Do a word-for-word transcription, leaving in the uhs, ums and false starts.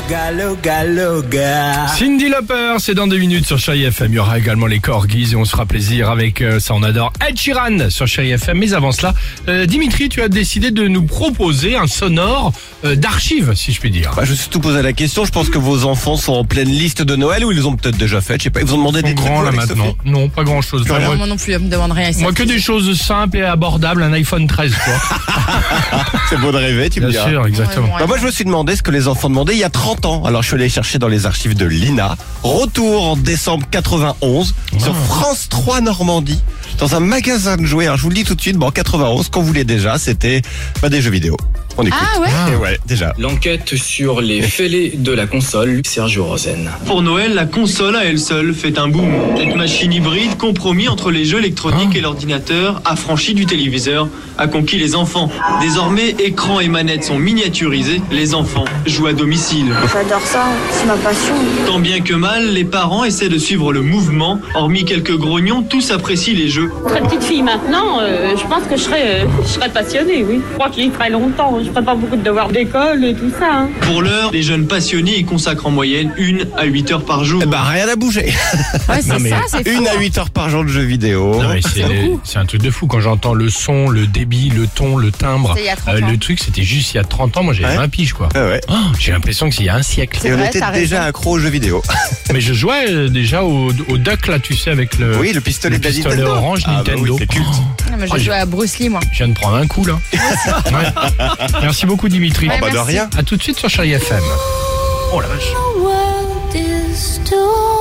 Loga, loga, loga. Cindy Lauper, c'est dans deux minutes sur Chérie F M. Il y aura également les Corgis et on se fera plaisir avec euh, ça, on adore Ed Sheeran sur Chérie F M. Mais avant cela, euh, Dimitri, tu as décidé de nous proposer un sonore euh, d'archives, si je puis dire. Bah, je me suis tout posé la question. Je pense que vos enfants sont en pleine liste de Noël ou ils les ont peut-être déjà faites. Je sais pas. Ils vous ont demandé Ils des sont trucs grands là avec maintenant. Sophie Non, pas grand chose. rien. moi, Moi non plus, elle me demande rien. moi que des choses simples et abordables, un iPhone treize quoi. C'est beau de rêver, tu me Bien diras. sûr, exactement. Ouais, Bah, moi, je me suis demandé ce que les enfants demandaient il y a trente ans. Alors, je suis allé chercher dans les archives de l'I N A. Retour en décembre quatre-vingt-onze sur France trois Normandie, dans un magasin de jouets. Alors, je vous le dis tout de suite, bon, en quatre-vingt-onze, ce qu'on voulait déjà, c'était bah, des jeux vidéo. On écoute. Ah ouais Et ouais, déjà. L'enquête sur les fêlés de la console, Sergio Rosen. Pour Noël, la console à elle seule fait un boom. Cette machine hybride, compromis entre les jeux électroniques et l'ordinateur, affranchie du téléviseur, a conquis les enfants. Désormais, écran et manettes sont miniaturisés. Les enfants jouent à domicile. J'adore ça, c'est ma passion. Tant bien que mal, les parents essaient de suivre le mouvement. Hormis quelques grognons, tous apprécient les jeux. Très petite fille maintenant, euh, je pense que je serais, euh, je serais passionnée, oui. Je crois que j'y ferai longtemps. Je ferai pas beaucoup de devoirs d'école et tout ça. Hein. Pour l'heure, les jeunes passionnés y consacrent en moyenne une à huit heures par jour. Eh bah, rien à bouger. Ouais, c'est Non, mais ça, c'est fou. Une à huit heures par jour de jeux vidéo. Non, mais c'est, c'est un truc de fou quand j'entends le son, le débit, le ton, le timbre. C'était il y a trente ans. le truc, c'était juste il y a trente ans. Moi, j'avais Ouais. vingt piges, quoi. Ah ouais. Oh, j'ai l'impression que c'est il y a un siècle. C'est Et on vrai, était t'as déjà raison. accro aux jeux vidéo. Mais je jouais euh, déjà au, au duck, là, tu sais, avec le, Oui, le pistolet le de la pistolet Nintendo. orange Ah, bah Nintendo. oui, c'est culte. Non, mais je Oh, jouais à Bruce Lee, moi. Je viens de prendre un coup, là. Ouais. Merci beaucoup, Dimitri. Ouais, Bah, de merci. rien. À tout de suite sur Chérie F M. Oh la vache. The world is torn.